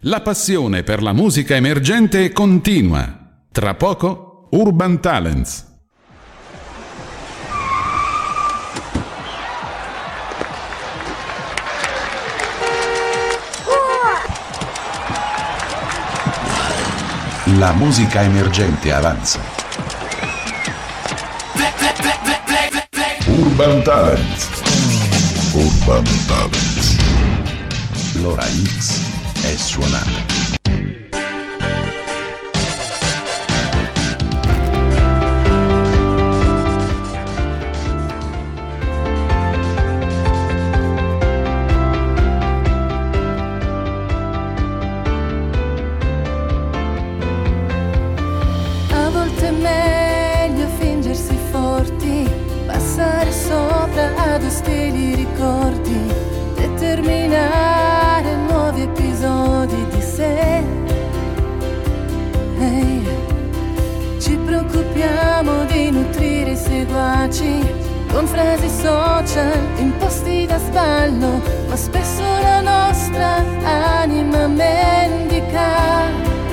La passione per la musica emergente continua. Tra poco, Urban Talents. La musica emergente avanza. Urban Talents. Urban Talents. L'ora X è suonata. A volte è meglio fingersi forti, passare sopra ad ostili ricordi, determinare nuovi episodi di sé. Ehi, ci preoccupiamo di nutrire i seguaci con frasi social imposti da sballo, ma spesso la nostra anima mendica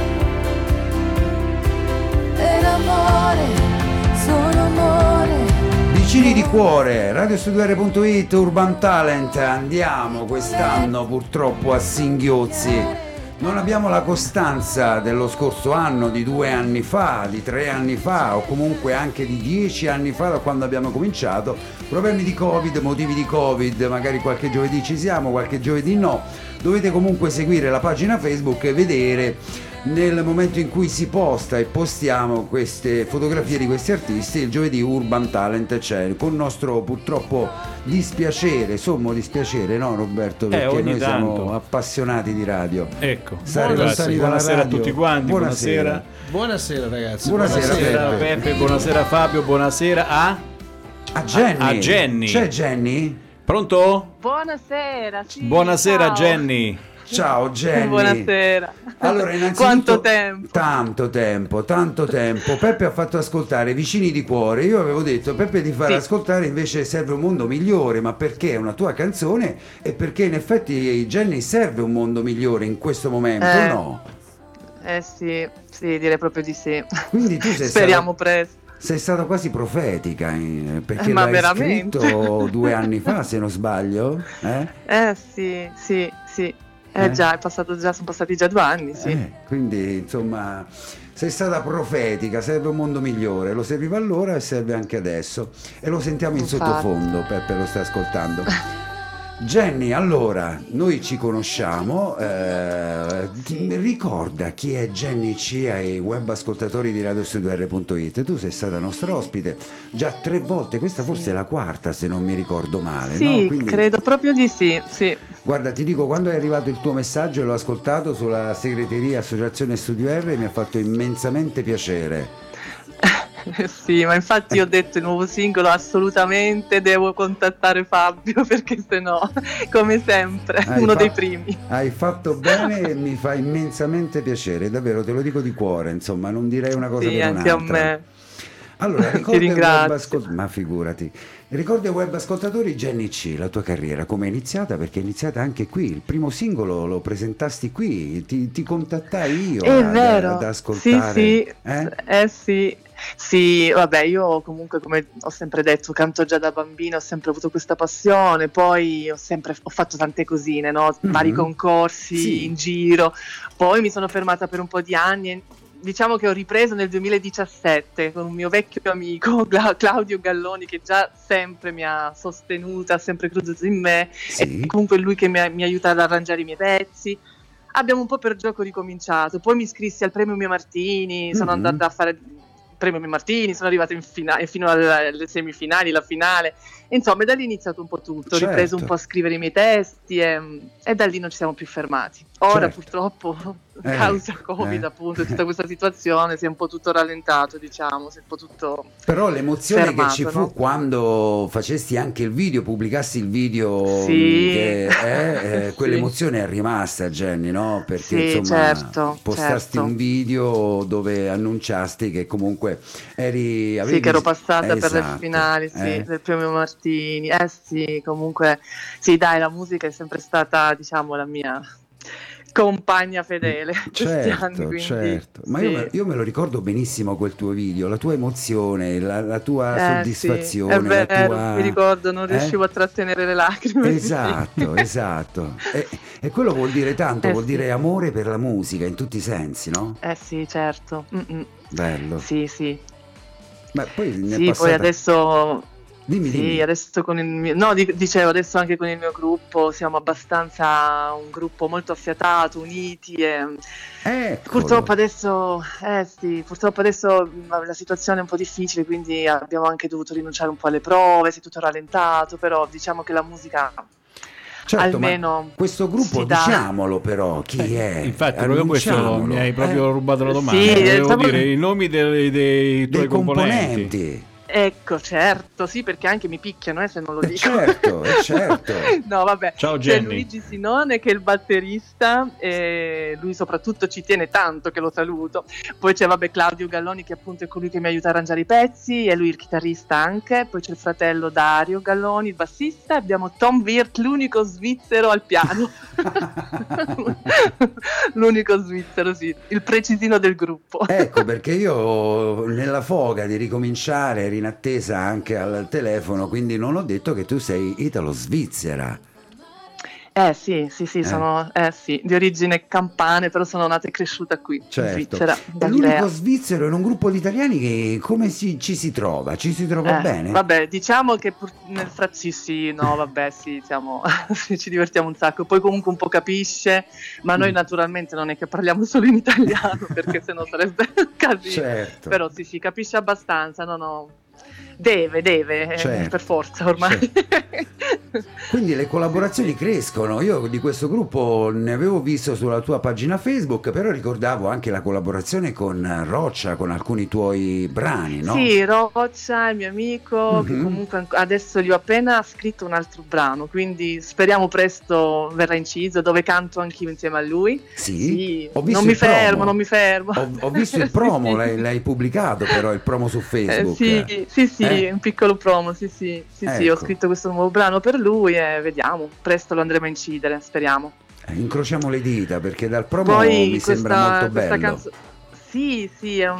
per amore, solo amore. Vicini di cuore, radiostudio.it, Urban Talent. Andiamo quest'anno purtroppo a singhiozzi. Non abbiamo la costanza dello scorso anno, di 2 anni fa, di 3 anni fa o comunque anche di 10 anni fa, da quando abbiamo cominciato. Problemi di Covid, motivi di Covid, magari qualche giovedì ci siamo, qualche giovedì no. Dovete comunque seguire la pagina Facebook e vedere nel momento in cui si posta e postiamo queste fotografie di questi artisti. Il giovedì Urban Talent c'è, con nostro purtroppo dispiacere, sommo dispiacere, no Roberto? Perché noi siamo appassionati di radio. Ecco, buonasera a tutti quanti, buonasera. Buonasera ragazzi. Buonasera Peppe, buonasera Fabio, buonasera a Jenny. A Jenny. C'è Jenny? Pronto? Buonasera, sì, Buonasera ciao. Jenny. Ciao Jenny. Buonasera. Allora, innanzitutto, quanto tempo? Tanto tempo. Peppe ha fatto ascoltare Vicini di cuore. Io avevo detto Peppe di far ascoltare invece Serve un mondo migliore, ma perché è una tua canzone e perché in effetti Jenny serve un mondo migliore in questo momento, no? Sì, direi proprio di sì. Quindi tu sei Speriamo presto. Sei stata quasi profetica, perché Ma l'hai veramente? scritto 2 anni fa, se non sbaglio. Sì. Già, sono passati già 2 anni, sì. Quindi, insomma, sei stata profetica, serve un mondo migliore, lo serviva allora e serve anche adesso. E lo sentiamo in sottofondo, Peppe lo sta ascoltando. Jenny, allora, noi ci conosciamo, ricorda chi è Jenny C ai web ascoltatori di radiostudio.it. Tu sei stata nostra ospite già 3 volte, questa forse è la 4ª se non mi ricordo male, sì, no? Quindi, credo proprio di sì. guarda, ti dico, quando è arrivato il tuo messaggio e l'ho ascoltato sulla segreteria Associazione Studio R, mi ha fatto immensamente piacere. Sì, ma infatti ho detto il nuovo singolo assolutamente devo contattare Fabio, perché sennò, come sempre, uno dei primi. Hai fatto bene e mi fa immensamente piacere, davvero, te lo dico di cuore, insomma, non direi una cosa per un'altra. Anche a me. Allora, Ti ringrazio. ma figurati, ricordi ai web ascoltatori Jenny C, la tua carriera, come è iniziata? Perché è iniziata anche qui, il primo singolo lo presentasti qui, ti contattai io ad ascoltare. Sì, vabbè, io comunque, come ho sempre detto, canto già da bambina, ho sempre avuto questa passione, poi ho fatto tante cosine, no? Vari concorsi in giro, poi mi sono fermata per un po' di anni e diciamo che ho ripreso nel 2017 con un mio vecchio amico, Claudio Galloni, che già sempre mi ha sostenuta, ha sempre creduto in me, e comunque lui che mi ha aiutato ad arrangiare i miei pezzi. Abbiamo un po' per gioco ricominciato, poi mi iscrissi al Premio Mio Martini, sono andata a fare Premio Mio Martini, sono arrivata fino alle semifinali, la finale, insomma da lì è iniziato un po' tutto, ho ripreso un po' a scrivere i miei testi e da lì non ci siamo più fermati. Ora purtroppo causa Covid appunto, tutta questa situazione si è un po' tutto rallentato, diciamo, si è un po' tutto però l'emozione fermato, che ci fu, no? Quando facesti anche il video, pubblicasti il video, quell'emozione è rimasta, Jenny, no? Perché insomma postasti un video dove annunciasti che comunque che ero passata per le finali del Premio Martini. Comunque sì, dai, la musica è sempre stata, diciamo, la mia compagna fedele questi anni, Certo, quindi certo. Ma sì. io me lo ricordo benissimo quel tuo video, la tua emozione, la tua Sì, soddisfazione, è la vero, tua... mi ricordo, non riuscivo a trattenere le lacrime. Esatto, esatto. E quello vuol dire tanto, vuol sì. dire amore per la musica in tutti i sensi, no? Sì, certo. Bello. Sì, sì. Ma poi ne è Sì, poi passata... adesso Dimmi, sì, dimmi. adesso con il mio, no, dicevo, adesso anche con il mio gruppo siamo abbastanza un gruppo molto affiatato, uniti e Eccolo. purtroppo adesso la situazione è un po' difficile, quindi abbiamo anche dovuto rinunciare un po' alle prove, si è tutto rallentato, però diciamo che la musica Certo, almeno ma questo gruppo, si dà. diciamolo però, chi è? Infatti, proprio questo Annunciamolo, mi hai proprio rubato la domanda. Sì, Volevo stavo- dire i nomi dei tuoi dei componenti. Ecco, certo, sì, perché anche mi picchiano se non lo dico. Certo, certo. No, vabbè. Ciao C'è Jenny. Luigi Sinone che è il batterista, e lui soprattutto ci tiene tanto, che lo saluto. Poi c'è Claudio Galloni, che appunto è colui che mi aiuta a arrangiare i pezzi, e lui il chitarrista anche. Poi c'è il fratello Dario Galloni, il bassista, e abbiamo Tom Wirth, l'unico svizzero al piano. L'unico svizzero, sì, il precisino del gruppo. Ecco perché io nella foga di ricominciare ero in attesa anche al telefono, quindi non ho detto che tu sei italo-svizzera. Sì, sono di origine campane, però sono nata e cresciuta qui, in Certo. Svizzera, È Galilea. l'unico svizzero in un gruppo di italiani che come ci si trova? Ci si trova bene? Vabbè, diciamo che sì, no, vabbè, sì, sì, ci divertiamo un sacco. Poi comunque un po' capisce, ma noi naturalmente non è che parliamo solo in italiano, perché sennò sarebbe un casino. Certo. Però sì, capisce abbastanza, no. Deve, Certo, per forza ormai. Quindi le collaborazioni crescono. Io di questo gruppo ne avevo visto sulla tua pagina Facebook, però ricordavo anche la collaborazione con Roccia, con alcuni tuoi brani, no? Sì, Roccia, il mio amico, che Mhm. comunque adesso gli ho appena scritto un altro brano, quindi speriamo presto verrà inciso, dove canto anch'io insieme a lui. Sì? Ho Non visto mi il promo. fermo, non mi fermo. Ho visto il promo, Sì. l'hai pubblicato però, il promo su Facebook. Sì, un piccolo promo, sì, Ecco. ho scritto questo nuovo brano per lui e vediamo, presto lo andremo a incidere, speriamo. Incrociamo le dita perché dal promo Poi mi sembra molto questa bello. canzone, sì,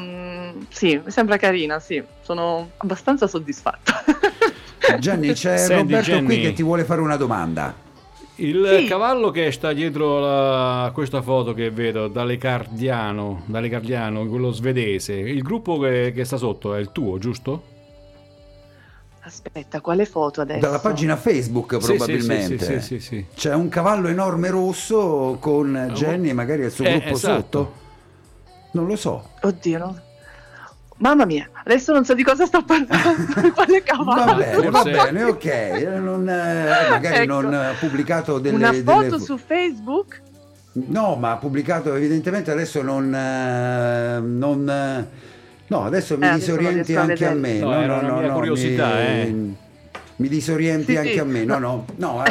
mi sembra carina, sì, sono abbastanza soddisfatta. Gianni, c'è Senti, Roberto qui Gianni. che ti vuole fare una domanda. Il Sì. cavallo che sta dietro a questa foto che vedo, dalle Cardiano, quello svedese, il gruppo che sta sotto è il tuo, giusto? Aspetta, quale foto adesso? Dalla pagina Facebook probabilmente. Sì. C'è un cavallo enorme rosso con Jenny e magari il suo gruppo esatto. sotto. Non lo so. Oddio, no. Mamma mia, adesso non so di cosa sto parlando, di quale cavallo. Va Forse- bene, ok. Magari Ecco. non ha pubblicato delle... Una foto delle- su Facebook? No, ma ha pubblicato evidentemente adesso non no, adesso mi Adesso non disorienti riesco a anche a vedere. me. No, era una mia curiosità, Mi disorienti Sì, anche sì. a me. No,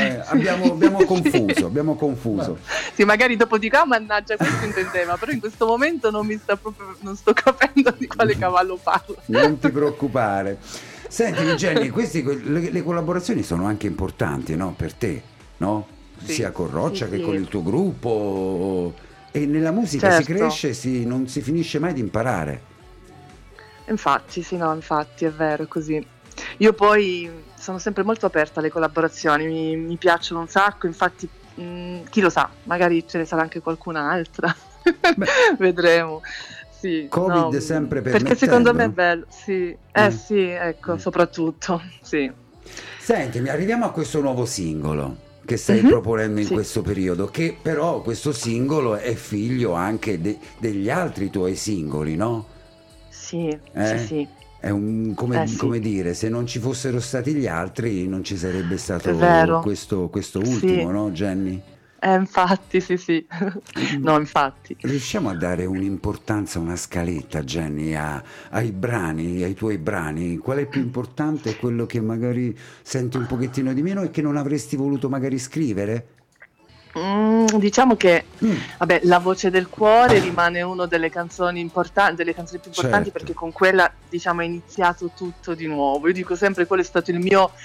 abbiamo confuso. Sì, magari dopo dico, mannaggia, questo intendeva, però in questo momento non non sto capendo di quale cavallo parla. Non ti preoccupare. Senti Jenny, le collaborazioni sono anche importanti, no? Per te, no? Sì. Sia con Roccia Sì, che sì. con il tuo gruppo. E nella musica si Certo. cresce, non si finisce mai di imparare. Infatti, sì, no, infatti, è vero, è così. Io poi sono sempre molto aperta alle collaborazioni, mi piacciono un sacco, infatti, chi lo sa, magari ce ne sarà anche qualcun'altra, vedremo. Sì, Covid no, sempre perché secondo me è permettendo. bello, sì, Mm. sì, ecco, soprattutto, sì. Senti, arriviamo a questo nuovo singolo che stai Mhm. proponendo in Sì. questo periodo, che però questo singolo è figlio anche degli altri tuoi singoli, no? Sì, Eh? sì. È come, Sì. come dire, se non ci fossero stati gli altri non ci sarebbe stato È vero. questo Sì. ultimo, no Jenny? Infatti, sì. No, infatti. Riusciamo a dare un'importanza, una scaletta, Jenny, ai brani, ai tuoi brani? Qual è più importante? Quello che magari senti un pochettino di meno e che non avresti voluto magari scrivere? Diciamo che Mm. vabbè, La voce del cuore rimane una delle canzoni delle canzoni più importanti, Certo. perché con quella, diciamo, è iniziato tutto di nuovo. Io dico sempre, quello è stato il mio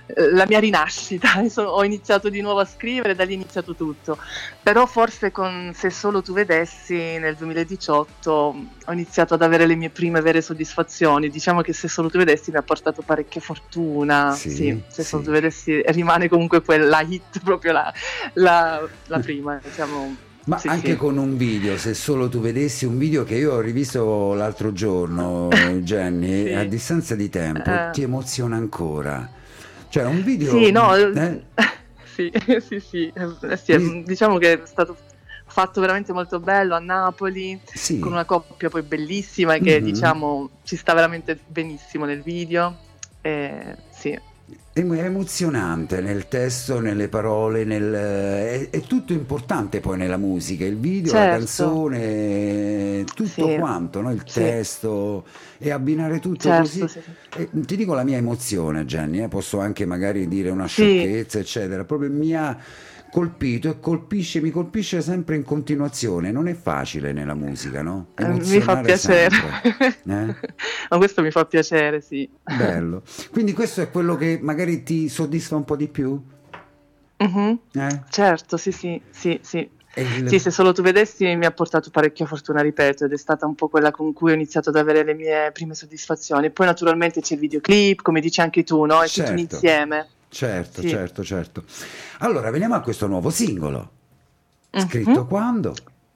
la mia rinascita, ho iniziato di nuovo a scrivere, da lì è iniziato tutto. Però forse con Se solo tu vedessi nel 2018 ho iniziato ad avere le mie prime vere soddisfazioni. Diciamo che Se solo tu vedessi mi ha portato parecchia fortuna. Sì, Se solo tu vedessi rimane comunque quella hit, proprio la prima, diciamo. Ma Sì, anche sì. con un video, Se solo tu vedessi, un video che io ho rivisto l'altro giorno, Jenny, Sì. a distanza di tempo, ti emoziona ancora. Cioè, un video... Sì, no, eh? sì, sì, diciamo che è stato fatto veramente molto bello a Napoli, Sì. con una coppia poi bellissima che Mhm. diciamo ci sta veramente benissimo nel video. Sì. È emozionante nel testo, nelle parole, è tutto importante poi nella musica, il video, la Certo. canzone, tutto Sì. quanto, no? Il Sì. testo, e abbinare tutto Certo, così. sì, sì. E ti dico la mia emozione, Jenny, posso anche magari dire una Sì. sciocchezza, eccetera, proprio mi ha colpito e mi colpisce sempre in continuazione. Non è facile nella musica, no? Mi fa Emozionare piacere. sempre. Ma questo mi fa piacere, sì. Bello. Quindi questo è quello che magari ti soddisfa un po' di più? Mhm. Eh? Certo, sì. E il- Sì, Se solo tu vedessi mi ha portato parecchia fortuna, ripeto, ed è stata un po' quella con cui ho iniziato ad avere le mie prime soddisfazioni. Poi naturalmente c'è il videoclip, come dici anche tu, no? È tutto un Certo. insieme. Certo, Sì. certo. Allora, veniamo a questo nuovo singolo. Mhm. Scritto quando?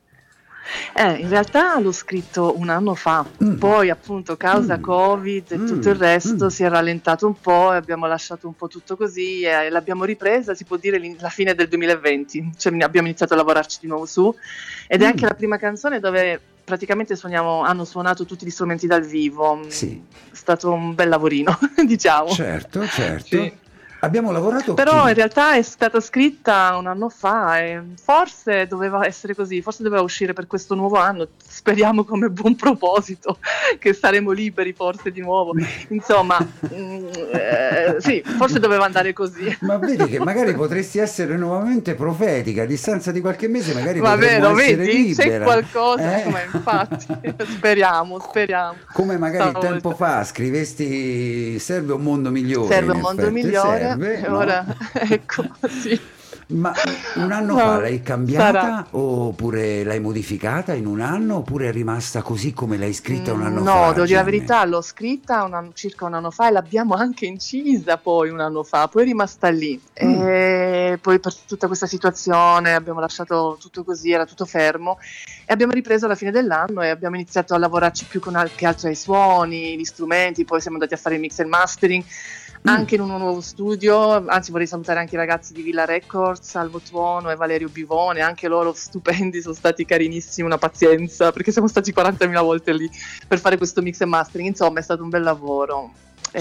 In realtà l'ho scritto un anno fa, Mm. poi appunto causa Covid e tutto il resto si è rallentato un po' e abbiamo lasciato un po' tutto così e l'abbiamo ripresa, si può dire, la fine del 2020, cioè abbiamo iniziato a lavorarci di nuovo su, ed è anche la prima canzone dove praticamente hanno suonato tutti gli strumenti dal vivo. Sì. È stato un bel lavorino, diciamo. Certo. Sì. Abbiamo lavorato Però qui. in realtà è stata scritta un anno fa e forse doveva essere così, forse doveva uscire per questo nuovo anno, speriamo come buon proposito che saremo liberi forse di nuovo, insomma, sì, forse doveva andare così. Ma vedi che magari potresti essere nuovamente profetica, a distanza di qualche mese magari Va potremmo bene, essere vedi, c'è libera. qualcosa, Eh? ma infatti, speriamo. Come magari Stavolta. tempo fa scrivesti Serve un mondo migliore. Serve in un mondo effetti, migliore, serve, e no? ora, ecco, sì. Ma un anno No, fa l'hai cambiata sarà. oppure l'hai modificata in un anno oppure è rimasta così come l'hai scritta un anno fa? No, devo dire la Gianni? verità, l'ho scritta circa un anno fa e l'abbiamo anche incisa poi un anno fa, poi è rimasta lì. E poi per tutta questa situazione abbiamo lasciato tutto così, era tutto fermo e abbiamo ripreso alla fine dell'anno e abbiamo iniziato a lavorarci più che altro ai suoni, gli strumenti, poi siamo andati a fare il mix e il mastering. Anche in un nuovo studio, anzi vorrei salutare anche i ragazzi di Villa Records, Salvo Tuono e Valerio Bivone, anche loro stupendi, sono stati carinissimi, una pazienza, perché siamo stati 40.000 volte lì per fare questo mix e mastering, insomma è stato un bel lavoro.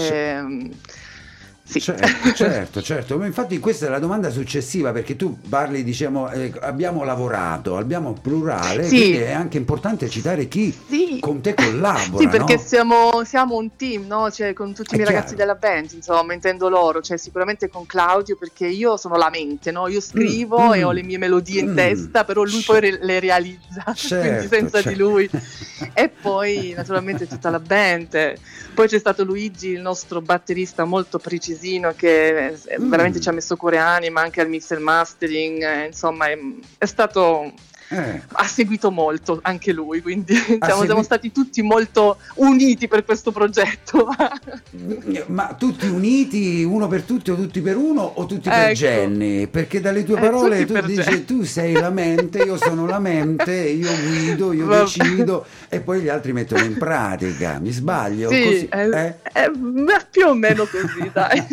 Sì. Certo, ma infatti questa è la domanda successiva perché tu parli, diciamo, abbiamo lavorato, abbiamo plurale, Sì. quindi è anche importante citare chi Sì. con te collabora, Sì, perché no? siamo un team, no? Cioè, con tutti i È miei chiaro. ragazzi della band, insomma, intendo loro, cioè sicuramente con Claudio, perché io sono la mente, no? Io scrivo e ho le mie melodie in testa, però lui poi le realizza, quindi senza di lui. E poi naturalmente tutta la band. Poi c'è stato Luigi, il nostro batterista molto precisino, che veramente ci ha messo cuore e anima anche al mix e al mastering, insomma è stato... Ha seguito molto anche lui, quindi siamo stati tutti molto uniti per questo progetto. Ma tutti uniti, uno per tutti o tutti per uno o tutti per Ecco. Jenny? Perché dalle tue parole tutti tu per dici Jenny. tu sei la mente, io sono la mente, io guido, io Vabbè. decido e poi gli altri mettono in pratica. Mi sbaglio? Sì, Così, più o meno così, dai.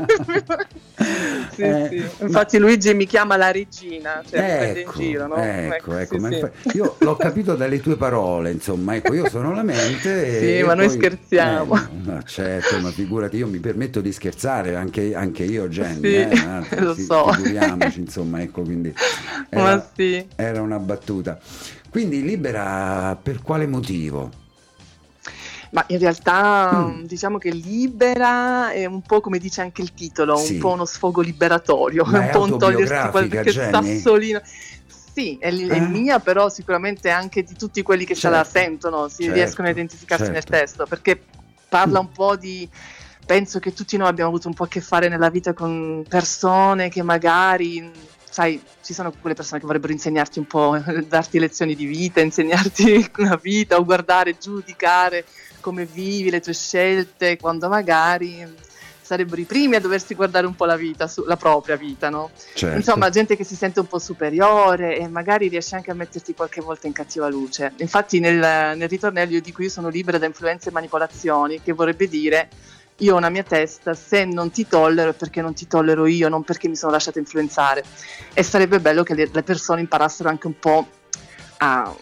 Sì. Infatti Luigi mi chiama la regina, cioè mi prende in giro, no? Ecco, sì, ma sì. io l'ho capito dalle tue parole, insomma, ecco, io sono la mente. Sì, e ma noi poi- scherziamo. ma certo, ma figurati, io mi permetto di scherzare, anche io, Jenny, Sì, lo so. figuriamoci, insomma, ecco, quindi Ma sì. era una battuta. Quindi Libera per quale motivo? Ma in realtà diciamo che Libera è un po' come dice anche il titolo, Sì. un po' uno sfogo liberatorio, Ma è un è po' un togliersi autobiografica, qualche Jenny? sassolino. Sì, è mia, però sicuramente anche di tutti quelli che ce la Certo, sentono, si certo, riescono a identificarsi certo. nel testo, perché parla un po' di penso che tutti noi abbiamo avuto un po' a che fare nella vita con persone che magari, sai, ci sono quelle persone che vorrebbero insegnarti un po', darti lezioni di vita, insegnarti una vita o guardare, giudicare come vivi le tue scelte, quando magari sarebbero i primi a doversi guardare un po' la vita, la propria vita, no? Certo. Insomma, gente che si sente un po' superiore e magari riesce anche a metterti qualche volta in cattiva luce. Infatti nel ritornello io dico: io sono libera da influenze e manipolazioni, che vorrebbe dire io ho una mia testa, se non ti tollero è perché non ti tollero io, non perché mi sono lasciata influenzare. E sarebbe bello che le persone imparassero anche un po' a...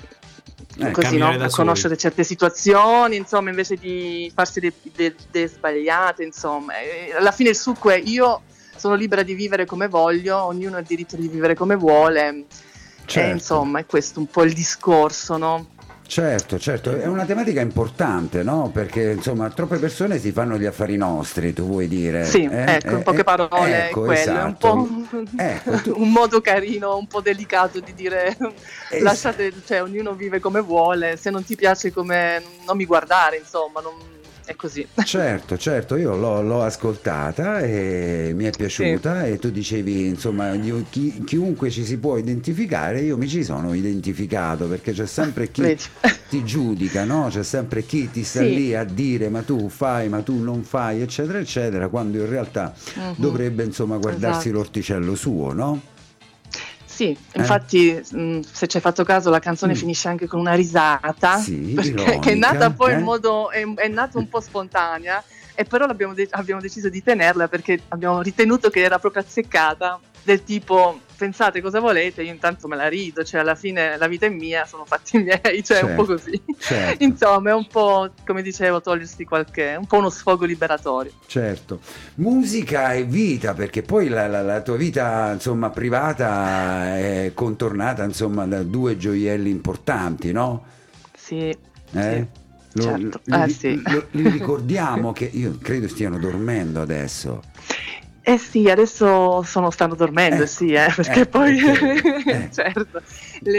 così, no? A conoscere certe situazioni, insomma, invece di farsi le sbagliate, insomma. Alla fine il succo è: io sono libera di vivere come voglio, ognuno ha il diritto di vivere come vuole. Certo. E insomma, è questo un po' il discorso, no? Certo, è una tematica importante, no? Perché insomma troppe persone si fanno gli affari nostri, tu vuoi dire? Sì, ecco, in poche parole, ecco, quello esatto. è un po' un modo carino, un po' delicato di dire lasciate, cioè ognuno vive come vuole, se non ti piace come non mi guardare, insomma, è così. Certo, io l'ho ascoltata e mi è piaciuta, sì. E tu dicevi, insomma, chiunque ci si può identificare, io mi ci sono identificato, perché c'è sempre chi ti giudica, no? C'è sempre chi ti sta lì a dire ma tu fai, ma tu non fai, eccetera, eccetera, quando in realtà dovrebbe, insomma, guardarsi l'orticello suo, no? Sì, infatti se ci hai fatto caso la canzone finisce anche con una risata, perché che è nata poi in modo, è nata un po' spontanea, e però abbiamo deciso di tenerla perché abbiamo ritenuto che era proprio azzeccata, del tipo: pensate cosa volete, io intanto me la rido, cioè alla fine la vita è mia, sono fatti miei, cioè un po' così. Certo. Insomma, è un po', come dicevo, togliersi un po' uno sfogo liberatorio. Certo. Musica e vita, perché poi la tua vita, insomma, privata è contornata, insomma, da due gioielli importanti, no? Sì. Sì. Certo. Li ricordiamo, che io credo stiano dormendo adesso. Sì, adesso stanno dormendo, perché poi certo, il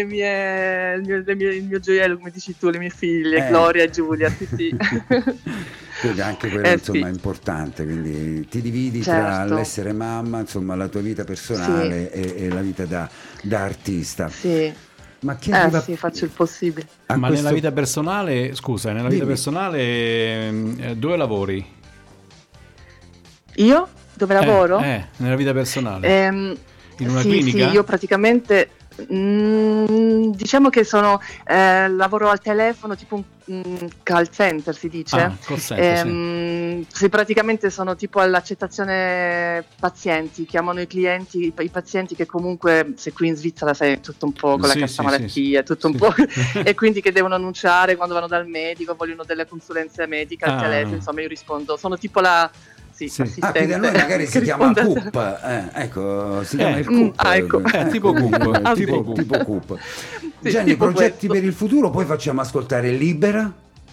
mio gioiello, come dici tu, le mie figlie, Gloria e Giulia, sì. Quindi anche quello, insomma, è importante, quindi ti dividi tra l'essere mamma, insomma, la tua vita personale e la vita da artista. Sì. Ma che faccio il possibile. Ma nella vita personale, scusa, vita personale dove lavori? Io? Dove lavoro? Nella vita personale. In una clinica? Sì, io praticamente diciamo che lavoro al telefono, tipo un call center, si dice. Call center, sì, praticamente sono tipo all'accettazione pazienti, chiamano i clienti, i pazienti, che comunque, se qui in Svizzera sai, tutto un po' con la cassa malattia, tutto un po', e quindi che devono annunciare quando vanno dal medico, vogliono delle consulenze mediche al telefono, insomma io rispondo, sono tipo la... Sì. Quindi a noi magari si chiama CUP, ecco, si chiama il CUP, ecco. Tipo CUP, tipo CUP. Jenny, progetti per il futuro? Poi facciamo ascoltare Libera.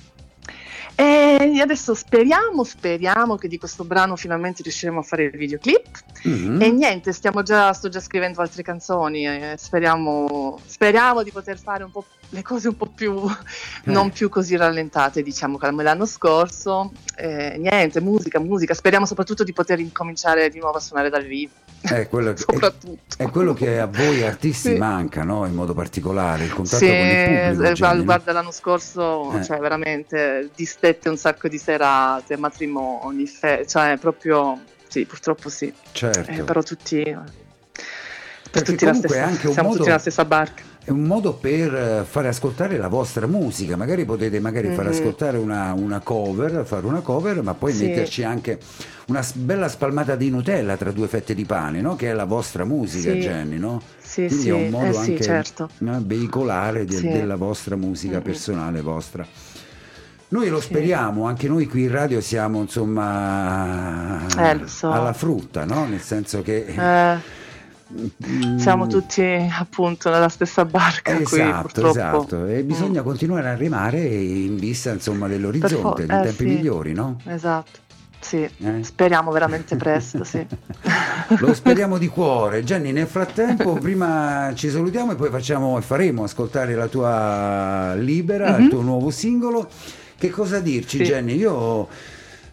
E adesso speriamo che di questo brano finalmente riusciremo a fare il videoclip. E niente, sto già scrivendo altre canzoni, speriamo di poter fare un po' le cose un po' più non più così rallentate, diciamo, come l'anno scorso. Niente, musica, speriamo soprattutto di poter incominciare di nuovo a suonare dal vivo. Soprattutto è quello che a voi artisti manca, no? In modo particolare il contatto con il pubblico. Guarda, l'anno scorso cioè veramente distette un sacco di serate, matrimoni, cioè proprio purtroppo sì. Certo. Però tutti perché comunque è anche siamo tutti nella stessa barca. È un modo per fare ascoltare la vostra musica, magari potete far ascoltare una cover, fare una cover, ma poi metterci anche una bella spalmata di Nutella tra due fette di pane, no? Che è la vostra musica, Jenny, no? Quindi è un modo anche veicolare della vostra musica personale vostra. Noi lo speriamo, anche noi qui in radio siamo, insomma, alla frutta, no? Nel senso che siamo tutti appunto nella stessa barca. Esatto, e bisogna continuare a remare in vista, insomma, dell'orizzonte, dei tempi migliori, no? Esatto. Sì, speriamo veramente presto, sì. Lo speriamo di cuore. Jenny, nel frattempo prima ci salutiamo e poi faremo ascoltare la tua Libera, il tuo nuovo singolo. Che cosa dirci, Jenny? Io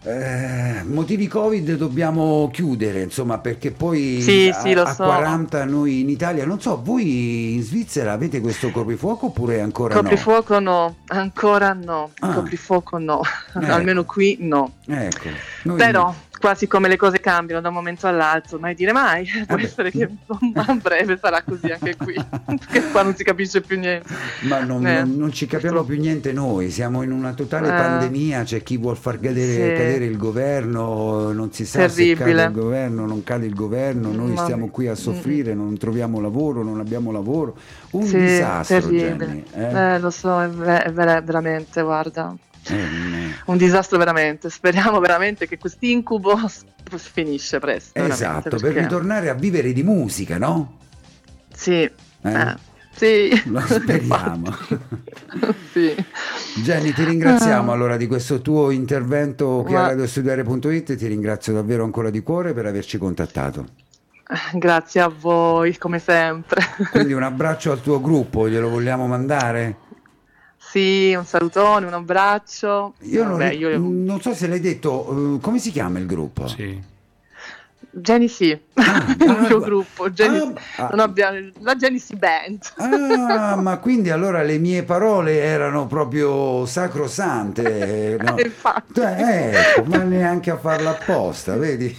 motivi Covid dobbiamo chiudere, insomma, perché poi Sì, lo a so. 40 noi in Italia, non so, voi in Svizzera avete questo coprifuoco oppure ancora Coprifuoco no, ancora no, Ah. coprifuoco no, Ecco. almeno qui no. no? Ecco, noi- Però quasi come le cose cambiano da un momento all'altro, mai dire mai, può Vabbè. essere che a breve sarà così anche qui, perché qua non si capisce più niente. Ma non ci capiamo più niente noi, siamo in una totale pandemia, c'è chi vuol far cadere il governo, non si sa se Terribile. cade il governo, non cade il governo, noi Mamma stiamo mia. qui a soffrire, non troviamo lavoro, non abbiamo lavoro, un Sì, disastro, terribile. Jenny. Lo so, è veramente, guarda, Eh, un disastro veramente. Speriamo veramente che quest'incubo finisce presto. veramente, esatto, per perché- ritornare a vivere di musica, no? Sì, Eh? sì. Lo speriamo. Sì. Jenny, ti ringraziamo allora di questo tuo intervento qui a Ma- radiostudiare.it, ti ringrazio davvero ancora di cuore per averci contattato. Grazie a voi, come sempre. Quindi un abbraccio al tuo gruppo, glielo vogliamo mandare? Sì, un salutone, un abbraccio. Io non, Vabbè, non so se l'hai detto, come si chiama il gruppo? Sì. Jenny sì, il mio gruppo. Jenny, non abbiamo, la Jenny sì Band. Ma quindi allora le mie parole erano proprio sacrosante, no? Infatti. Ecco, ma neanche a farla apposta, vedi?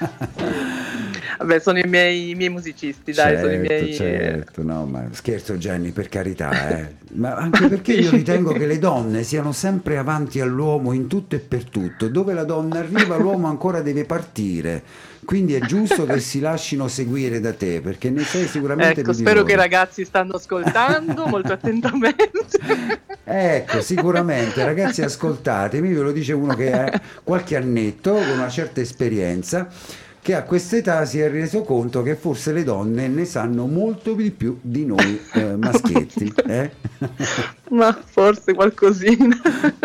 Vabbè, sono i miei musicisti, dai, sono i miei. Certo, no, ma scherzo Jenny, per carità, ma anche perché io ritengo che le donne siano sempre avanti all'uomo in tutto e per tutto, dove la donna arriva l'uomo ancora deve partire, quindi è giusto che si lascino seguire da te, perché ne sei sicuramente Ecco, più di spero loro. che i ragazzi stanno ascoltando molto attentamente. Ecco, sicuramente, ragazzi, ascoltatemi, ve lo dice uno che ha qualche annetto, con una certa esperienza, che a quest'età si è reso conto che forse le donne ne sanno molto di più di noi maschietti. Ma forse qualcosina.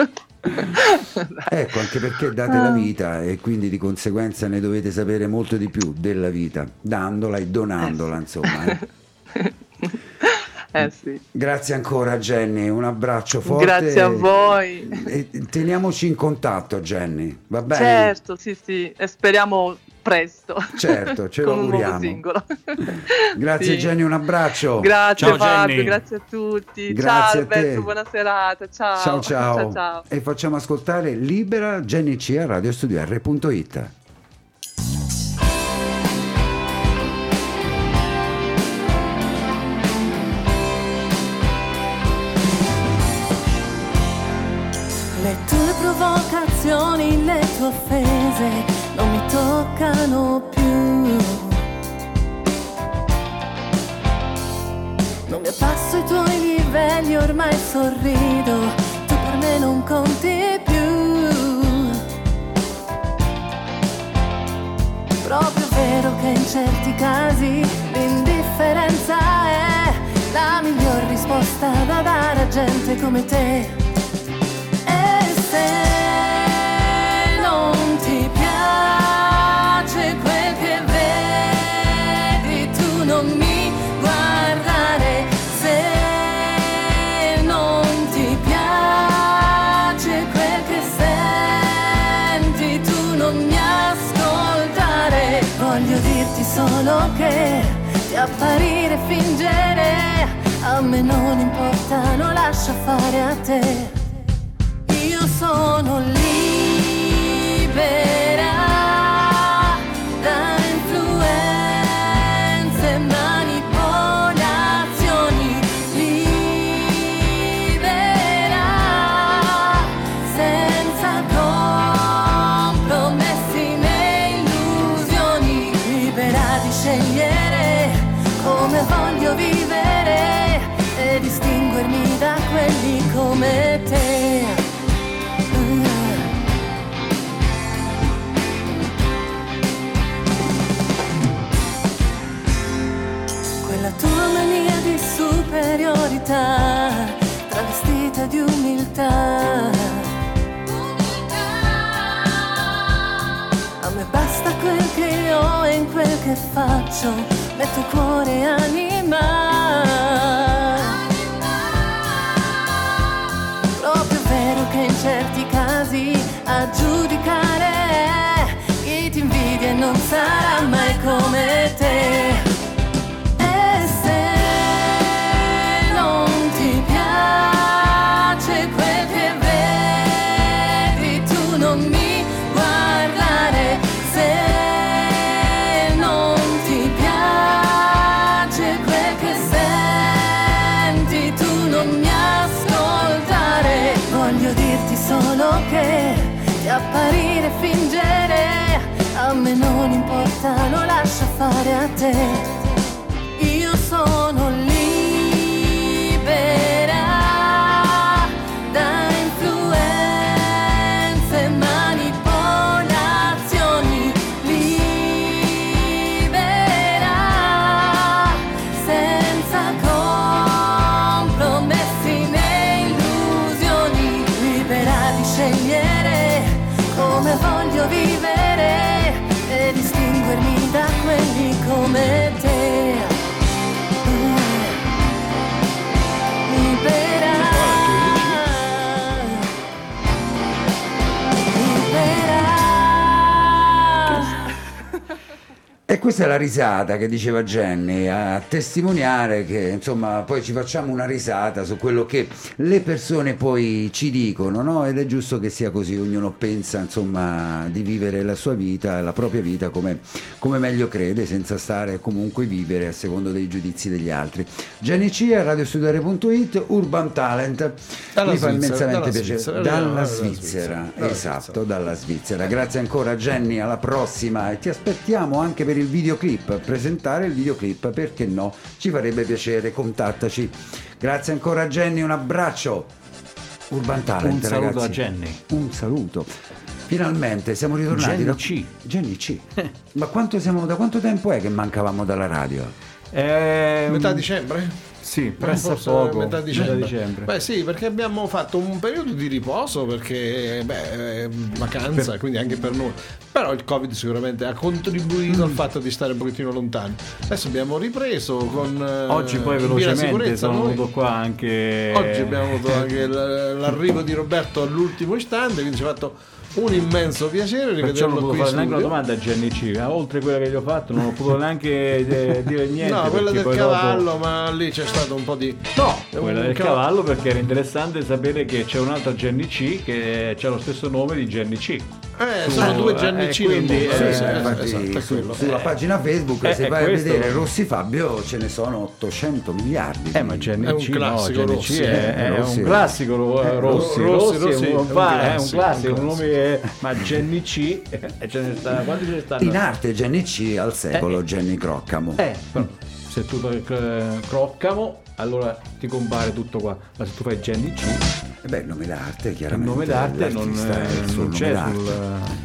Ecco, anche perché date la vita e quindi di conseguenza ne dovete sapere molto di più della vita, dandola e donandola, insomma. Sì. Grazie ancora Jenny, un abbraccio forte. Grazie a voi. E teniamoci in contatto, Jenny, va bene? Certo, sì, e speriamo presto. Certo, ce lo con un nuovo auguriamo. singolo. Grazie Sì. Jenny, un abbraccio. Grazie Ciao, Fabio, Jenny. grazie a tutti. Grazie ciao a te. Alberto, buona serata. Ciao. Ciao. Ciao. E facciamo ascoltare Libera Jenny C a radiostudiare.it. Le tue provocazioni, le tue offese non mi toccano più. Non mi abbasso ai tuoi livelli, ormai sorrido, tu per me non conti più. Proprio vero che in certi casi l'indifferenza è la miglior risposta da dare a gente come te. Se non ti piace quel che vedi, tu non mi guardare. Se non ti piace quel che senti, tu non mi ascoltare. Voglio dirti solo che di apparire e fingere a me non importa, lo lascia fare a te. Io sono libera da influenze e manipolazioni, libera senza compromessi né illusioni, libera di scegliere come voglio vivere e distinguermi da quelli come te. Quella tua mania di superiorità travestita di umiltà. A me basta quel che ho e in quel che faccio metto cuore e anima. Proprio vero che in certi casi a giudicare me non importa, lo lascio fare a te. Io sono libera da influenze e manipolazioni, libera senza compromessi né illusioni, libera di scegliere come voglio vivere e distinguermi da quelli come te. Libera, E questa è la risata che diceva Jenny, a testimoniare che insomma poi ci facciamo una risata su quello che le persone poi ci dicono, no? Ed è giusto che sia così, ognuno pensa insomma di vivere la sua vita, la propria vita come meglio crede, senza stare comunque vivere a secondo dei giudizi degli altri. Jenny C a radiostudiare.it, Urban Talent, mi fa immensamente piacere, dalla Svizzera, esatto, dalla Svizzera. Grazie ancora Jenny, alla prossima, e ti aspettiamo anche per il videoclip, presentare il videoclip, perché no, ci farebbe piacere, contattaci. Grazie ancora Jenny, un abbraccio. Urban Talent, Un saluto ragazzi. a Jenny. Un saluto. Finalmente siamo ritornati Jenny C. Ma da quanto tempo è che mancavamo dalla radio? Metà dicembre? Sì, presto Forse poco. metà dicembre. dicembre. Beh sì, perché abbiamo fatto un periodo di riposo, perché vacanza, quindi anche per noi. Però il Covid sicuramente ha contribuito al fatto di stare un pochettino lontani. Adesso abbiamo ripreso con Oggi poi in piena velocemente sicurezza sono noi. venuto qua anche. Oggi abbiamo avuto anche l'arrivo di Roberto all'ultimo istante, quindi ci ha fatto un immenso piacere Perciò non rivederlo ho qui potuto in fare neanche una studio. domanda a Jenny C. Oltre a quella che gli ho fatto, non ho potuto neanche dire niente. No, quella perché del poi cavallo, dopo... ma lì c'è stato un po' di... No, un quella del cavallo. cavallo, perché era interessante sapere che c'è un'altra Jenny C che ha lo stesso nome di Jenny C. sono due Gianni C nel quindi, mondo. Sì, Esatto, infatti, è quello. sulla pagina Facebook, se è vai questo. a vedere Rossi Fabio, ce ne sono 800 miliardi. Ma Jenny È un C, classico no, Jenny Rossi, C è Rossi. un classico Rossi. Rossi, Rossi è un classico, classico, un un nome ma Jenny C ce ne sta, quanti ce ne stanno? In arte Jenny C, al secolo Jenny Croccamo. Però, se tu fai Croccamo, allora ti compare tutto qua, ma se tu fai Jenny C, Beh, il nome d'arte il chiaramente. nome d'arte l'artista è il suo non nome c'è d'arte. sul...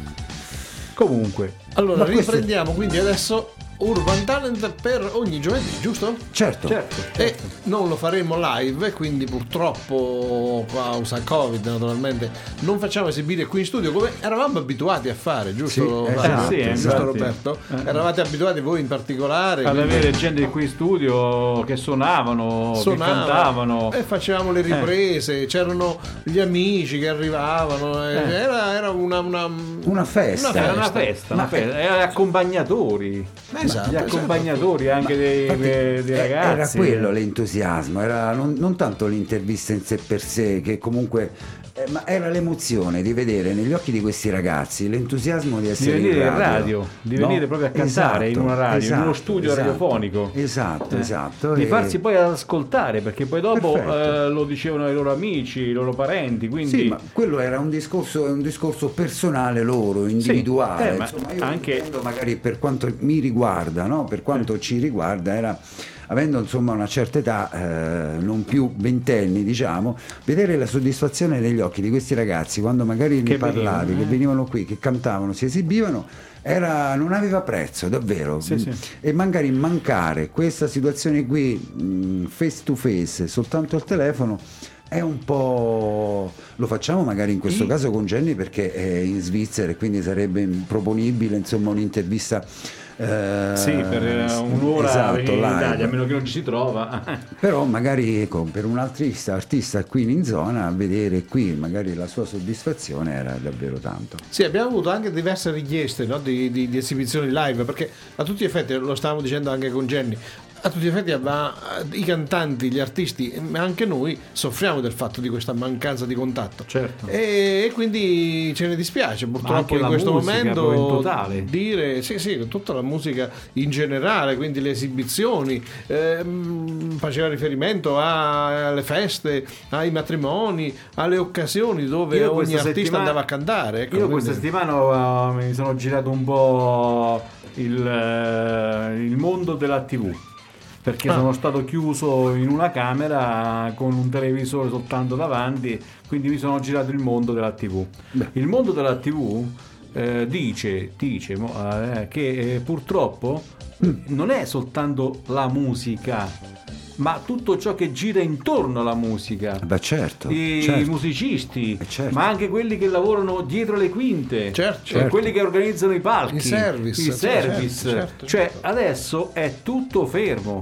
Comunque, Allora, Ma questo- riprendiamo quindi adesso Urban Talent per ogni giovedì, giusto? Certo. E non lo faremo live, quindi purtroppo causa Covid naturalmente non facciamo esibire qui in studio come eravamo abituati a fare, giusto? Sì, Fabio? esatto, Giusto, infatti. Roberto? Eravate abituati voi in particolare ad quindi avere gente qui in studio che suonavano, che cantavano. e facevamo le riprese, c'erano gli amici che arrivavano, era Una festa. Era una festa, era accompagnatori. Esatto, Gli accompagnatori anche dei ragazzi. Era quello l'entusiasmo, era non tanto l'intervista in sé per sé, che comunque ma era l'emozione di vedere negli occhi di questi ragazzi l'entusiasmo di essere venire in radio, di venire proprio a cantare in una radio, in uno studio radiofonico. Esatto. Di e- farsi poi ascoltare, perché poi dopo Perfetto. lo dicevano ai loro amici, ai loro parenti, quindi Sì, ma quello era un discorso personale loro, individuale. ma Insomma, io anche- intendo magari per quanto mi riguarda, no? Per quanto ci riguarda, era avendo insomma una certa età, non più ventenni diciamo, vedere la soddisfazione negli occhi di questi ragazzi quando magari Che ne parlavi, venivano, che venivano qui, che cantavano, si esibivano, non aveva prezzo, davvero. Sì. E magari mancare questa situazione qui face to face, soltanto al telefono, è un po'... Lo facciamo magari in questo caso con Jenny perché è in Svizzera e quindi sarebbe improponibile insomma un'intervista per un'ora esatto, in live. Italia, a meno che non ci si trova. Però magari ecco, per un artista qui in zona, vedere qui magari la sua soddisfazione era davvero tanto. Sì, abbiamo avuto anche diverse richieste, no, di esibizioni live, perché a tutti gli effetti, lo stavamo dicendo anche con Jenny, a tutti gli effetti i cantanti, gli artisti, ma anche noi soffriamo del fatto di questa mancanza di contatto. Certo. E quindi ce ne dispiace purtroppo anche in la questo musica, momento in totale. dire sì, tutta la musica in generale, quindi le esibizioni, faceva riferimento alle feste, ai matrimoni, alle occasioni dove ogni artista andava a cantare. Ecco, io questa settimana mi sono girato un po' il mondo della TV, perché sono stato chiuso in una camera con un televisore soltanto davanti, quindi mi sono girato il mondo della TV. Il mondo della TV dice che purtroppo non è soltanto la musica, ma tutto ciò che gira intorno alla musica. Beh, certo, I musicisti, certo. ma anche quelli che lavorano dietro le quinte, certo. quelli che organizzano i palchi, i service. Certo. Cioè adesso è tutto fermo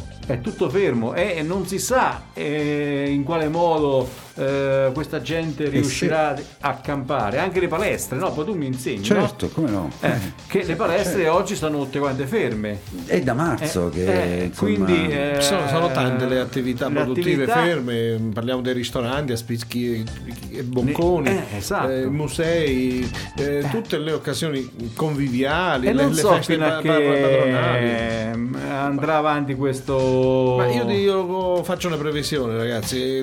e non si sa in quale modo questa gente riuscirà a campare. Anche le palestre, no? Poi tu mi insegni, certo, no? come no? Che le palestre oggi stanno tutte quante ferme. È da marzo che insomma, quindi sono tante le attività produttive ferme, parliamo dei ristoranti a spicchi e bocconi, esatto. Musei, tutte le occasioni conviviali, e le non so feste fino a che andrà avanti questo. Ma io faccio una previsione, ragazzi,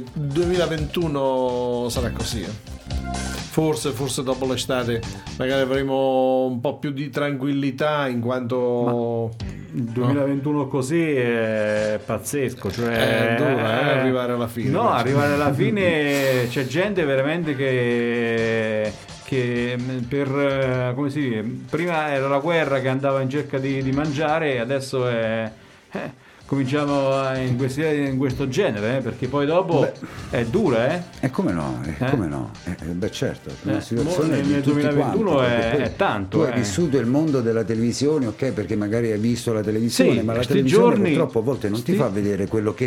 2021 sarà così. Forse dopo l'estate magari avremo un po' più di tranquillità, in quanto il 2021 così è pazzesco, cioè è dura arrivare alla fine. No, arrivare alla fine c'è gente veramente che per come si dice, prima era la guerra che andava in cerca di mangiare, e adesso cominciamo in questo genere, perché poi dopo è dura, come no, come no. Beh, certo, una situazione nel 2021 è tanto. Tu hai vissuto il mondo della televisione, ok, perché magari hai visto la televisione, ma la televisione purtroppo a volte non ti fa vedere quello che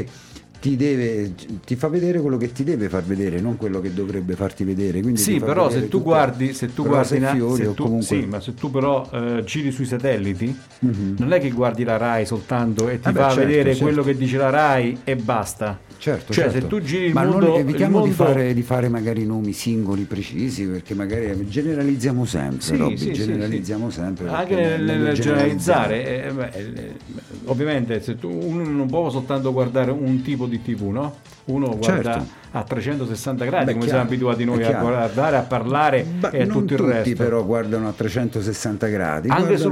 ti fa vedere quello che ti deve far vedere, non quello che dovrebbe farti vedere. Quindi sì, però se tu guardi comunque... ma se tu però giri sui satelliti, non è che guardi la Rai soltanto e ti fa vedere quello che dice la Rai e basta. Certo, se tu giri il ma mondo, non evitiamo il mondo... di fare magari nomi singoli precisi, perché magari generalizziamo sempre, generalizziamo sempre. Anche nel generalizzare, ovviamente se uno non può soltanto guardare un tipo di TV, no? Uno guarda a 360 gradi, come siamo abituati noi a guardare, a parlare e tutto il resto. Tutti però guardano a 360 gradi. Anche sul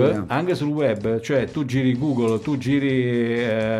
web, cioè tu giri Google, tu giri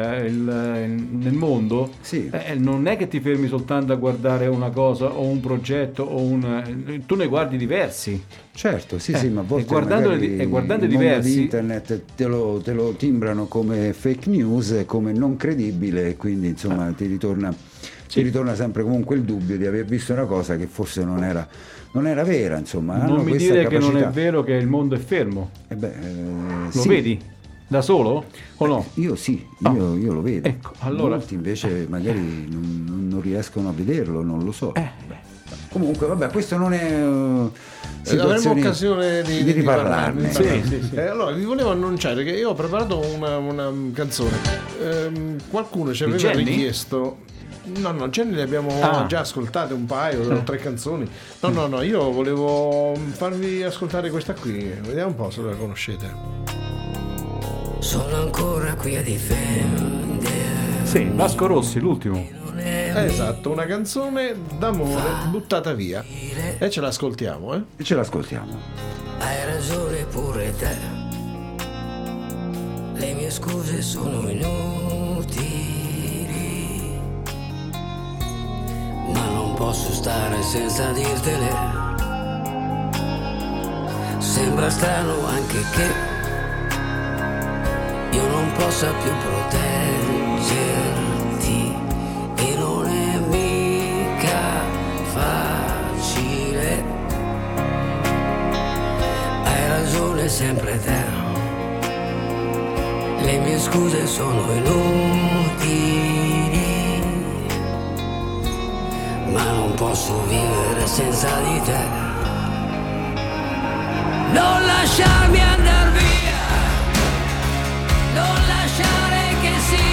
nel mondo, non è che ti fermi soltanto a guardare una cosa o un progetto tu ne guardi diversi. Certo, ma a volte guardando diversi di internet te lo timbrano come fake news, come non credibile, e quindi insomma ti ritorna sempre comunque il dubbio di aver visto una cosa che forse non era vera, insomma. Non mi dire che non è vero che il mondo è fermo. Lo vedi? Da solo o no? Io io lo vedo. Ecco, allora. Molti invece magari non riescono a vederlo, non lo so. Comunque, vabbè, questo non è avremo occasione di riparlarne. Sì. Allora, vi volevo annunciare che io ho preparato una canzone. Qualcuno ci aveva richiesto. No, Jenny le abbiamo già ascoltate un paio, 3 canzoni. No, io volevo farvi ascoltare questa qui. Vediamo un po' se la conoscete. Sono ancora qui a difendere. Sì, Vasco Rossi, l'ultimo. Esatto, una canzone d'amore buttata via. E ce l'ascoltiamo, E ce l'ascoltiamo. Hai ragione pure te. Le mie scuse sono inutili, ma non posso stare senza dirtele. Sembra strano anche che io non possa più proteggerti, e non è mica facile. Hai ragione sempre te, le mie scuse sono inutili, ma non posso vivere senza di te. Non lasciarmi andar via, non lasciare che sia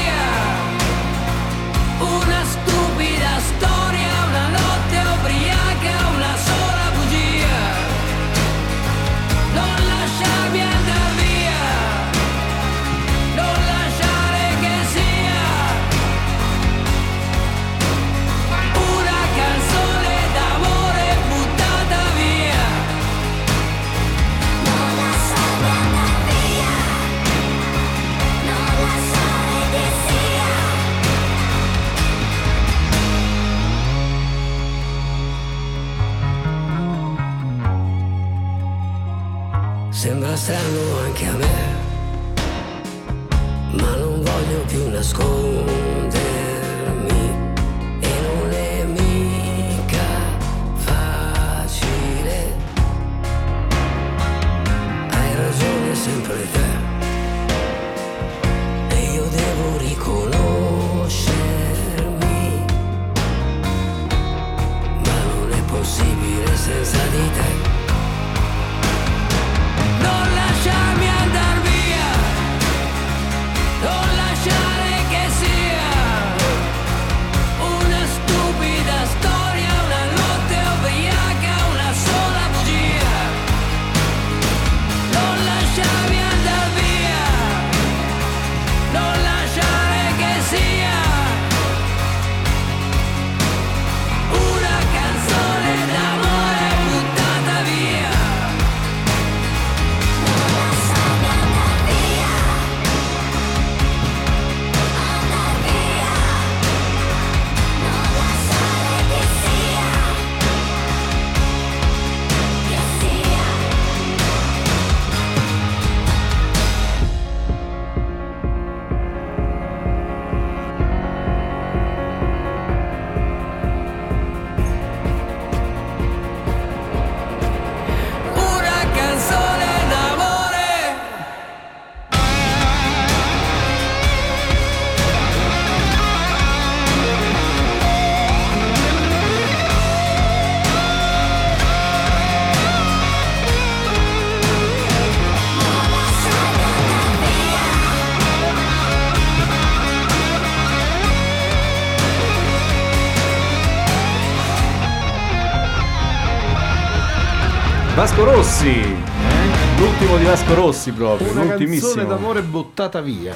sembra strano anche a me, ma non voglio più nascondermi e non è mica facile. Hai ragione sempre te e io devo riconoscermi, ma non è possibile senza di te. Non lasciarmi andar via, non lasciare che sia una stupida storia, una notte ubriaca, una sola bugia. Non lasciarmi andar via, non lasciare che sia una canzone d'amore buttata via. Una canzone d'amore. Vasco Rossi, l'ultimo di Vasco Rossi proprio, Una l'ultimissimo. canzone d'amore buttata via.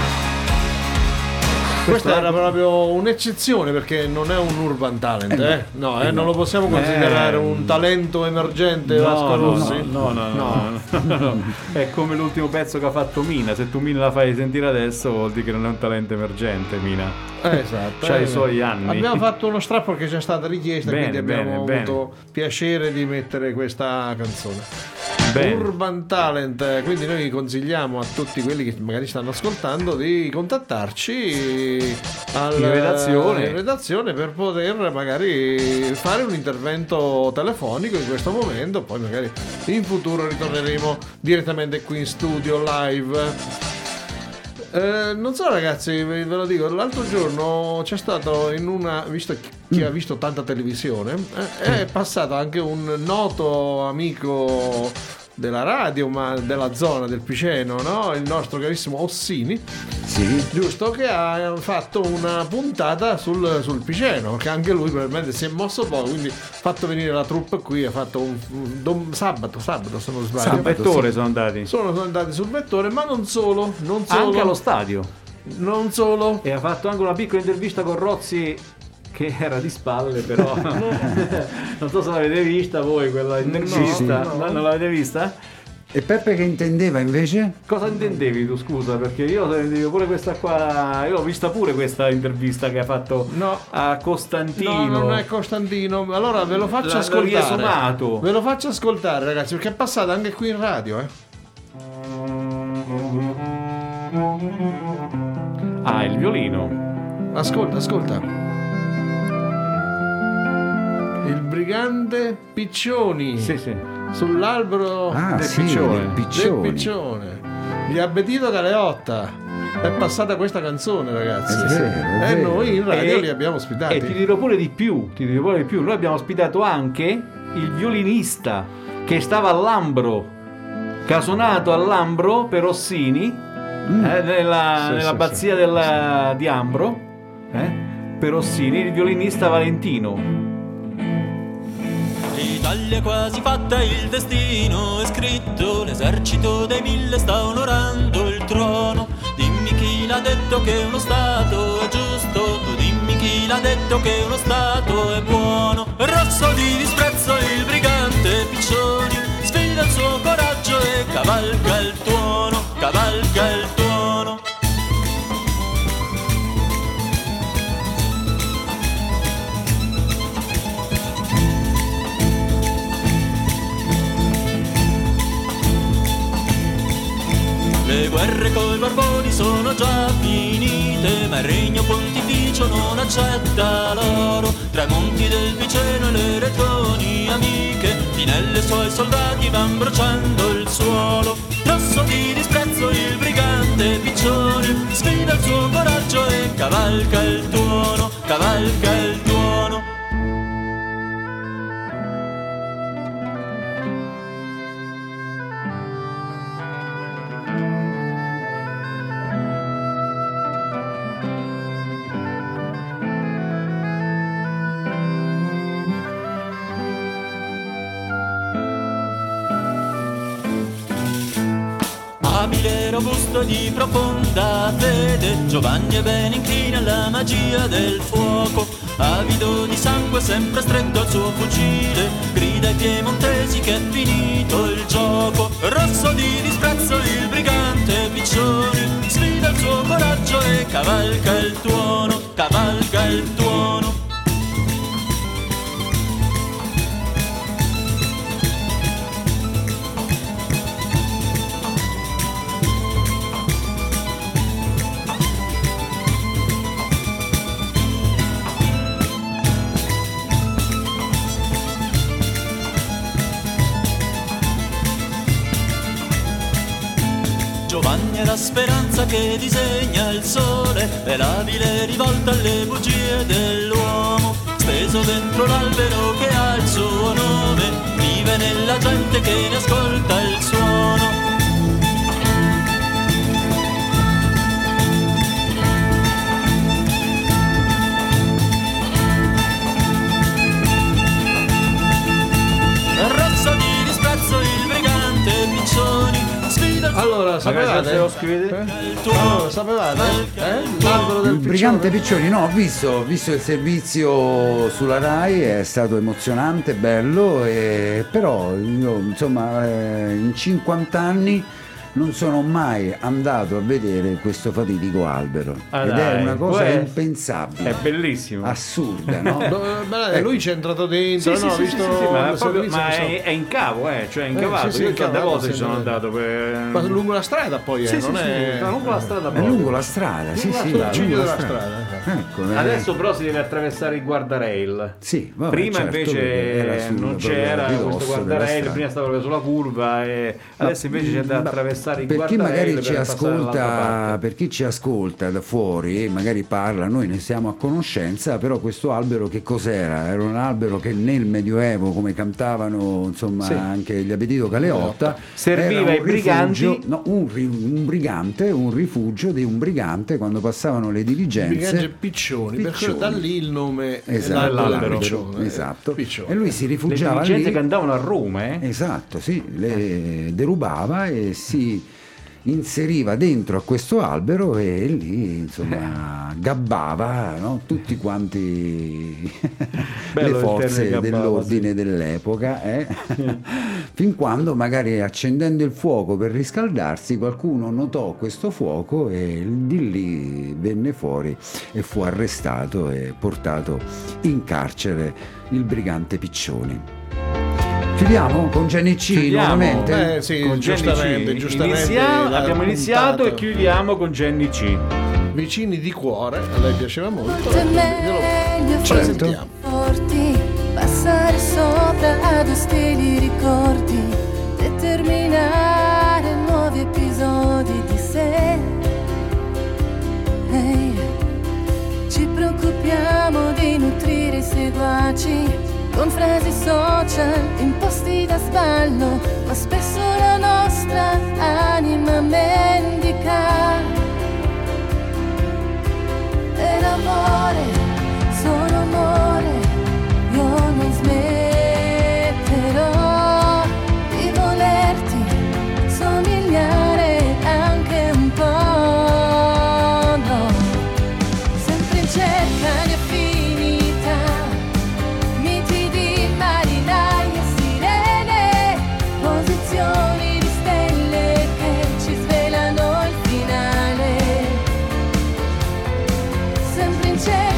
Questa era proprio un'eccezione perché non è un urban talent, No, non lo possiamo considerare un talento emergente Vasco Rossi. No. È come l'ultimo pezzo che ha fatto Mina. Se tu Mina la fai sentire adesso vuol dire che non è un talento emergente, Mina. Esatto. C'ha i suoi anni. Abbiamo fatto uno strappo che c'è stata richiesta, Bene, quindi abbiamo bene, avuto piacere di mettere questa canzone. Bene. Urban Talent, quindi noi consigliamo a tutti quelli che magari stanno ascoltando di contattarci In redazione per poter magari fare un intervento telefonico in questo momento, poi magari in futuro ritorneremo direttamente qui in studio live. Non so ragazzi, ve lo dico, l'altro giorno c'è stato in una, visto chi ha visto tanta televisione, è passato anche un noto amico della radio, ma della zona del Piceno, no? Il nostro carissimo Ossini, Sì. giusto, che ha fatto una puntata sul Piceno, che anche lui probabilmente si è mosso poco, quindi ha fatto venire la troupe qui, ha fatto sabato se non sbaglio. Sul vettore sono andati. Sono andati sul vettore, ma non solo, Anche allo stadio. non solo. E ha fatto anche una piccola intervista con Rozzi che era di spalle, però non so se l'avete vista voi quella intervista. no. Non l'avete vista? E Peppe che intendeva invece? Cosa intendevi tu, scusa? Perché io intendevo pure questa qua, io ho vista pure questa intervista che ha fatto No. a Costantino. No, non è Costantino. Allora ve lo faccio L'ho ascoltare. riesumato. Ve lo faccio ascoltare, ragazzi, perché è passata anche qui in radio, Ah, il violino. Ascolta. Il brigante Piccioni. Sì. Sull'albero del sì, Piccione. del del Piccione. Piccione. Gli ha abbedito Galeotta. È passata questa canzone, ragazzi. È vero, è E vero. noi in radio E- li abbiamo ospitati. E ti dirò pure di più. Noi abbiamo ospitato anche il violinista che stava all'Ambro, che ha suonato all'Ambro per Ossini, nella Sì, abbazia di Ambro, per Ossini, il violinista Valentino. L'Italia è quasi fatta, il destino è scritto, l'esercito dei 1000 sta onorando il trono. Dimmi chi l'ha detto che uno Stato è giusto, tu dimmi chi l'ha detto che uno Stato è buono. Rosso di disprezzo il brigante Piccioni, sfida il suo coraggio e cavalca il tuono, cavalca il tuono. guerre coi barboni sono già finite, ma il regno pontificio non accetta loro. Tra i monti del Piceno e le regioni amiche, Pinelli e i suoi soldati van bruciando il suolo. Rosso di disprezzo il brigante Piccioni sfida il suo coraggio e cavalca il tuono, cavalca il tuono. Abile, robusto e di profonda fede, Giovanni è ben incline alla magia del fuoco. Avido di sangue, sempre stretto al suo fucile, grida ai piemontesi che è finito il gioco. Rosso di disprezzo il brigante Piccioni sfida il suo coraggio e cavalca il tuono, cavalca il tuono. Giovanni è la speranza che disegna il sole, è l'abile rivolta alle bugie dell'uomo. Steso dentro l'albero che ha il suo nome, vive nella gente che ne ascolta il suono. Rosso di disprezzo il brigante Piccioni. Allora, sapevate? Allora, sapevate? L'albero del Il brigante Piccioni, no, ho visto il servizio sulla Rai, è stato emozionante, bello, però io insomma in 50 anni non sono mai andato a vedere questo fatidico albero ed è una cosa impensabile, è bellissimo, assurda, no? Lui ci è entrato dentro, sì, no? sì, Visto ma è in cavo, cioè è incavato. sì, Io incavato, tante volte sì, ci sono andato Ma lungo la strada poi non è lungo la strada, è lungo la strada, sì, il ciglio lungo la della strada. Ecco, adesso però si deve attraversare il guardrail. sì, vabbè, Prima certo, invece non c'era questo guardrail, prima stava proprio sulla curva e adesso invece c'è da attraversare il per chi guardrail. magari ci ascolta, per chi ci ascolta da fuori, magari parla, noi ne siamo a conoscenza, però questo albero che cos'era? Era un albero che nel Medioevo, come cantavano insomma anche gli Appetito Galeotta, serviva ai briganti, un brigante, un rifugio di un brigante quando passavano le diligenze. Brigante Piccioni, perché da lì il nome dell'albero. Piccione. Esatto. Piccione. E lui si rifugiava le diligenze lì. che andavano a Roma, Esatto, sì, le derubava e si inseriva dentro a questo albero e lì insomma gabbava, no? Tutti quanti le forze dell'ordine dell'epoca fin quando magari accendendo il fuoco per riscaldarsi qualcuno notò questo fuoco e di lì venne fuori e fu arrestato e portato in carcere il brigante Piccioni. Chiudiamo con Jenny C nuovamente? Sì, con giustamente. Abbiamo iniziato e chiudiamo con Jenny C. Vicini di cuore, a lei piaceva molto. È meglio Sentiamo. forti, passare sopra ad ostili ricordi, determinare nuovi episodi di sé. Ehi, ci preoccupiamo di nutrire i seguaci con frasi social imposti da sballo, ma spesso la nostra anima mendica. E l'amore, solo amore, io non smetterò di volerti somigliare anche un po', no. Sempre in cerca di affinità, miti di marinai e sirene, posizioni di stelle che ci svelano il finale. Sempre in cerca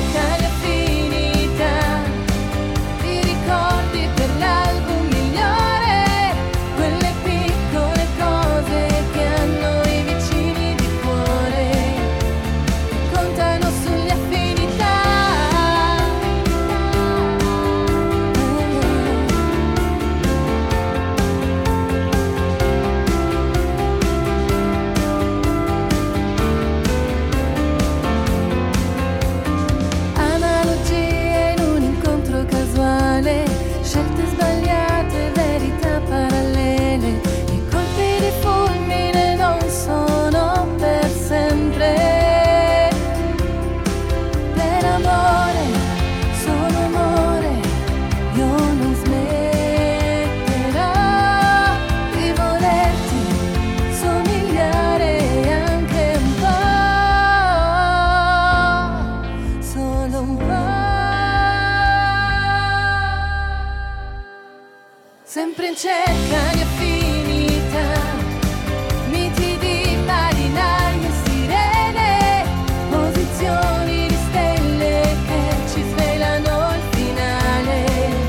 sempre in cerca di affinità, miti di marinai e sirene, posizioni di stelle che ci svelano il finale,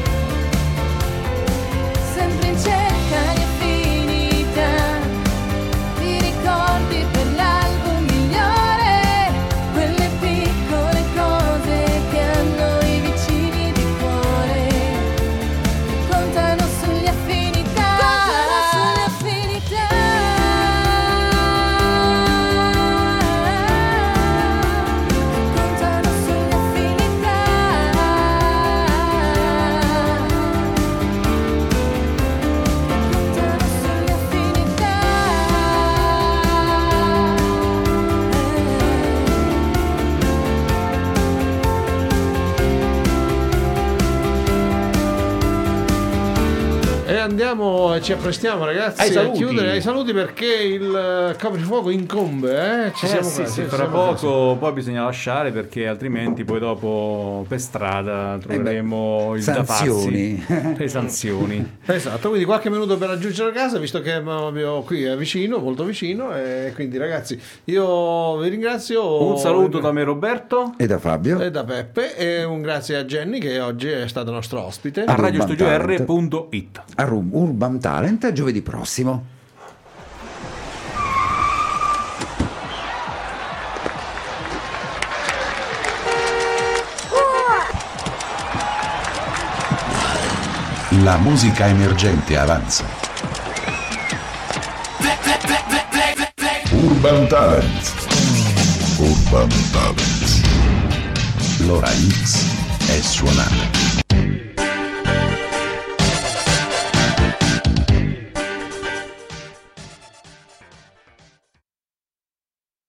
sempre in cerca di affinità, ti ricordi per l'album migliore, quelle piccole cose che hanno i vicini di cuore, che contano sulle affinità, contano sulle affinità. Contano sulle affinità. Contano sulle affinità. E andiamo, ci apprestiamo ragazzi Ai a saluti. chiudere, ai saluti, perché il coprifuoco incombe, eh? Ci siamo Sì, quasi, sì, ci fra siamo quasi. poco poi bisogna lasciare, perché altrimenti poi dopo per strada troveremo il da sanzioni. farsi, le sanzioni. Esatto, quindi qualche minuto per raggiungere a casa, visto che proprio qui è vicino, molto vicino, e quindi ragazzi io vi ringrazio. Un saluto da me Roberto, E da Fabio? e da Peppe, e un grazie a Jenny che oggi è stato nostro ospite. a Urban radiostudio.it. A Urban Talent giovedì prossimo. La musica emergente avanza. Urban Talent. Urban Talent. L'ora X è suonata.